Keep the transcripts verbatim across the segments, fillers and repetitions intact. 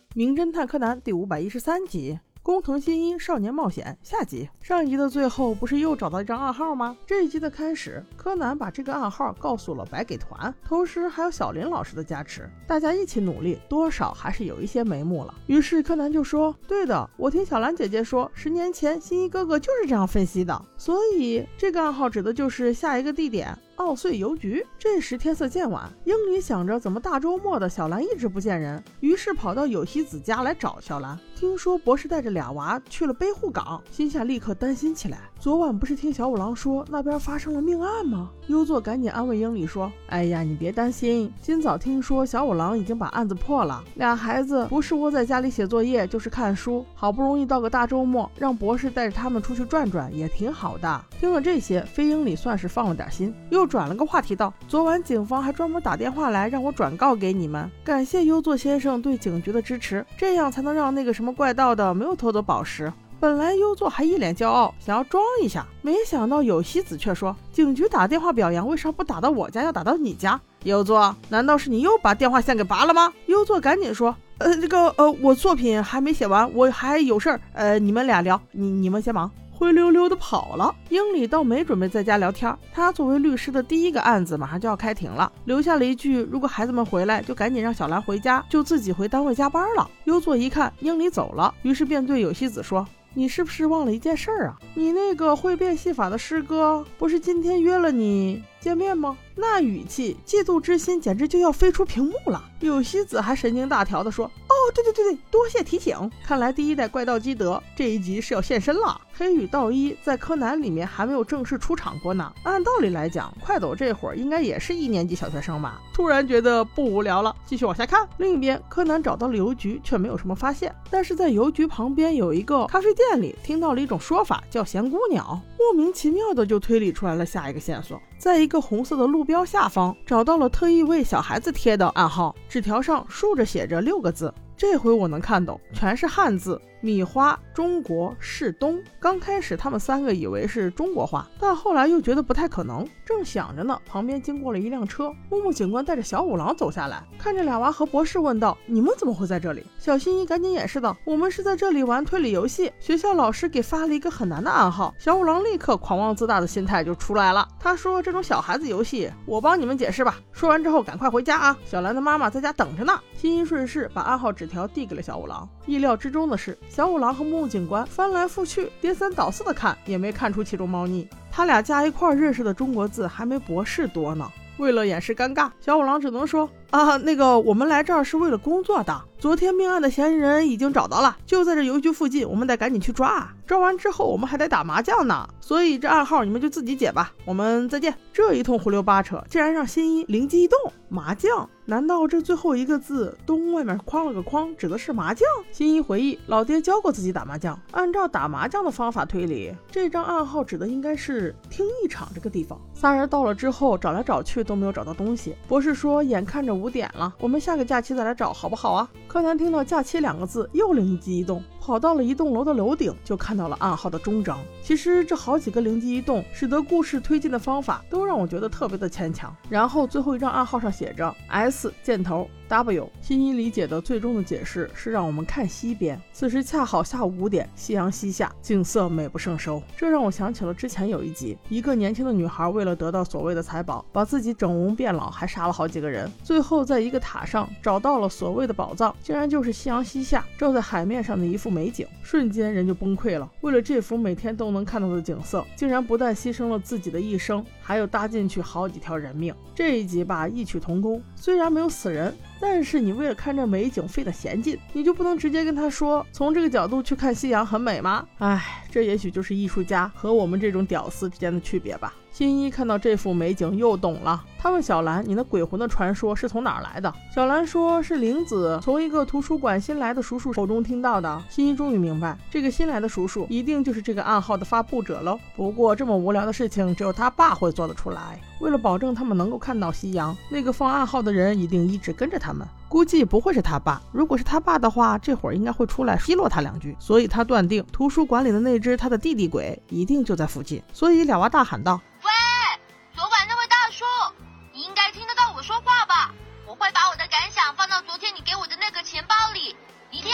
名侦探柯南第五百一十三集，工藤新一少年冒险下集。上一集的最后不是又找到一张暗号吗？这一集的开始，柯南把这个暗号告诉了白给团，同时还有小林老师的加持，大家一起努力，多少还是有一些眉目了。于是柯南就说，对的，我听小兰姐姐说，十年前新一哥哥就是这样分析的，所以这个暗号指的就是下一个地点奥穗邮局。这时天色渐晚，英里想着怎么大周末的小兰一直不见人，于是跑到有希子家来找小兰。听说博士带着俩娃去了北户港，心下立刻担心起来。昨晚不是听小五郎说那边发生了命案吗？优作赶紧安慰英里说，哎呀，你别担心，今早听说小五郎已经把案子破了，俩孩子不是窝在家里写作业就是看书，好不容易到个大周末，让博士带着他们出去转转也挺好的。听了这些，飞英里算是放了点心，又转了个话题道，昨晚警方还专门打电话来让我转告给你们，感谢优作先生对警局的支持，这样才能让那个什么怪盗的没有偷走宝石。本来优作还一脸骄傲，想要装一下，没想到有希子却说，警局打电话表扬，为啥不打到我家，要打到你家？优作，难道是你又把电话线给拔了吗？优作赶紧说，呃，这个呃，我作品还没写完，我还有事儿，呃，你们俩聊，你你们先忙。灰溜溜的跑了。英里倒没准备在家聊天，他作为律师的第一个案子马上就要开庭了，留下了一句，如果孩子们回来就赶紧让小兰回家，就自己回单位加班了。优作一看英里走了，于是便对有希子说，你是不是忘了一件事儿啊？你那个会变戏法的师哥不是今天约了你见面吗？那语气，嫉妒之心简直就要飞出屏幕了。有希子还神经大条的说，哦，对对对对，多谢提醒。看来第一代怪盗基德这一集是要现身了。黑羽道一在柯南里面还没有正式出场过呢，按道理来讲，快斗这会儿应该也是一年级小学生吧。突然觉得不无聊了，继续往下看。另一边，柯南找到了邮局，却没有什么发现，但是在邮局旁边有一个咖啡店里听到了一种说法，叫咸菇鸟，莫名其妙的就推理出来了下一个线索。在一个红色的路标下方找到了特意为小孩子贴的暗号，纸条上竖着写着六个字，这回我能看懂，全是汉字，米花中国是东。刚开始他们三个以为是中国话，但后来又觉得不太可能。正想着呢，旁边经过了一辆车，木木警官带着小五郎走下来，看着俩娃和博士问道，你们怎么会在这里？小新一赶紧掩饰道，我们是在这里玩推理游戏，学校老师给发了一个很难的暗号。小五郎立刻狂妄自大的心态就出来了，他说，这种小孩子游戏我帮你们解释吧。说完之后赶快回家啊，小兰的妈妈在家等着呢。新一顺势把暗号纸条递给了小五郎，意料之中的是，小五郎和木木警官翻来覆去颠三倒四的看，也没看出其中猫腻。他俩加一块认识的中国字还没博士多呢。为了掩饰尴尬，小五郎只能说，啊，那个我们来这儿是为了工作的，昨天命案的嫌疑人已经找到了，就在这邮局附近，我们得赶紧去抓，抓完之后我们还得打麻将呢，所以这暗号你们就自己解吧，我们再见。这一通胡溜八扯竟然让新一灵机一动，麻将？难道这最后一个字东外面框了个框指的是麻将？新一回忆，老爹教过自己打麻将，按照打麻将的方法推理，这张暗号指的应该是听一场这个地方。仨人到了之后找来找去都没有找到东西，博士说眼看着五点了，我们下个假期再来找好不好啊？柯南听到假期两个字又灵机一动，跑到了一栋楼的楼顶，就看到了暗号的终章。其实这好几个灵机一动使得故事推进的方法都让我觉得特别的牵强。然后最后一张暗号上写着 S 箭头 W， 新一理解的最终的解释是让我们看西边，此时恰好下午五点，夕阳西下，景色美不胜收。这让我想起了之前有一集，一个年轻的女孩为了得到所谓的财宝，把自己整容变老，还杀了好几个人，最后在一个塔上找到了所谓的宝藏，竟然就是夕阳西下照在海面上的一幅美景，瞬间人就崩溃了。为了这幅每天都能看到的景色，竟然不但牺牲了自己的一生，还有搭进去好几条人命。这一集吧，异曲同工，虽然没有死人，但是你为了看这美景费得闲劲，你就不能直接跟他说从这个角度去看夕阳很美吗？唉，这也许就是艺术家和我们这种屌丝之间的区别吧。新一看到这幅美景又懂了，他问小兰，你那鬼魂的传说是从哪儿来的？小兰说是玲子从一个图书馆新来的叔叔口中听到的。新一终于明白，这个新来的叔叔一定就是这个暗号的发布者喽。不过这么无聊的事情只有他爸会做得出来。为了保证他们能够看到夕阳，那个放暗号的人一定一直跟着他们，估计不会是他爸，如果是他爸的话，这会儿应该会出来奚落他两句，所以他断定图书馆里的那只他的弟弟鬼一定就在附近，所以俩娃大喊道， 喂，昨晚那位大叔，你应该听得到我说话吧？我会把我的感想放到昨天你给我的那个钱包里，你听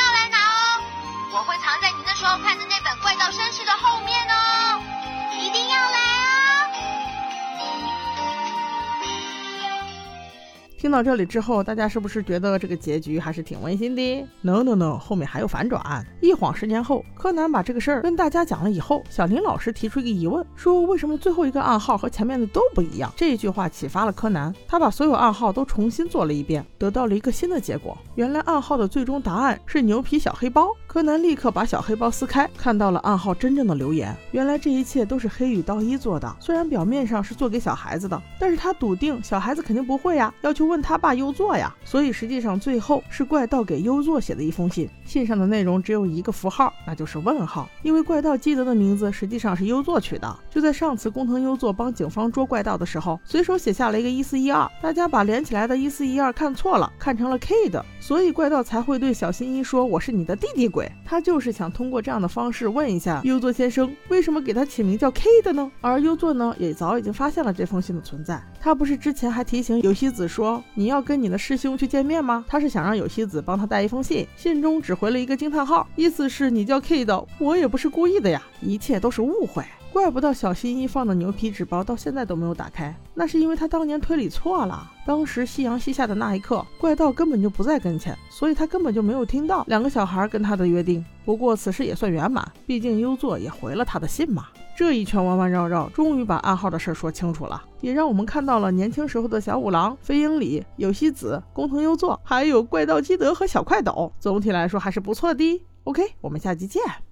听到这里之后，大家是不是觉得这个结局还是挺温馨的？ No No No， 后面还有反转。一晃十年后，柯南把这个事儿跟大家讲了以后，小林老师提出一个疑问，说为什么最后一个暗号和前面的都不一样？这一句话启发了柯南，他把所有暗号都重新做了一遍，得到了一个新的结果。原来暗号的最终答案是牛皮小黑包。柯南立刻把小黑包撕开，看到了暗号真正的留言。原来这一切都是黑羽道一做的，虽然表面上是做给小孩子的，但是他笃定小孩子肯定不会呀，要去问他爸优作呀。所以实际上最后是怪盗给优作写的一封信，信上的内容只有一个符号，那就是问号。因为怪盗基德的名字实际上是优作取的，就在上次工藤优作帮警方捉怪盗的时候，随手写下了一个一四一二，大家把连起来的一四一二看错了，看成了 K 的，所以怪盗才会对小新一说我是你的弟弟鬼。他就是想通过这样的方式问一下优作先生为什么给他起名叫 K 的呢？而优作呢也早已经发现了这封信的存在，他不是之前还提醒有希子说你要跟你的师兄去见面吗？他是想让有希子帮他带一封信，信中只回了一个惊叹号，意思是你叫 K 的，我也不是故意的呀，一切都是误会。怪不到小新一放的牛皮纸包到现在都没有打开，那是因为他当年推理错了。当时夕阳西下的那一刻，怪盗根本就不在跟前，所以他根本就没有听到两个小孩跟他的约定。不过此事也算圆满，毕竟优作也回了他的信嘛。这一圈弯弯绕绕，终于把暗号的事说清楚了，也让我们看到了年轻时候的小五郎、飞鹰里、有希子、工藤优作，还有怪盗基德和小快斗。总体来说还是不错的。OK， 我们下集见。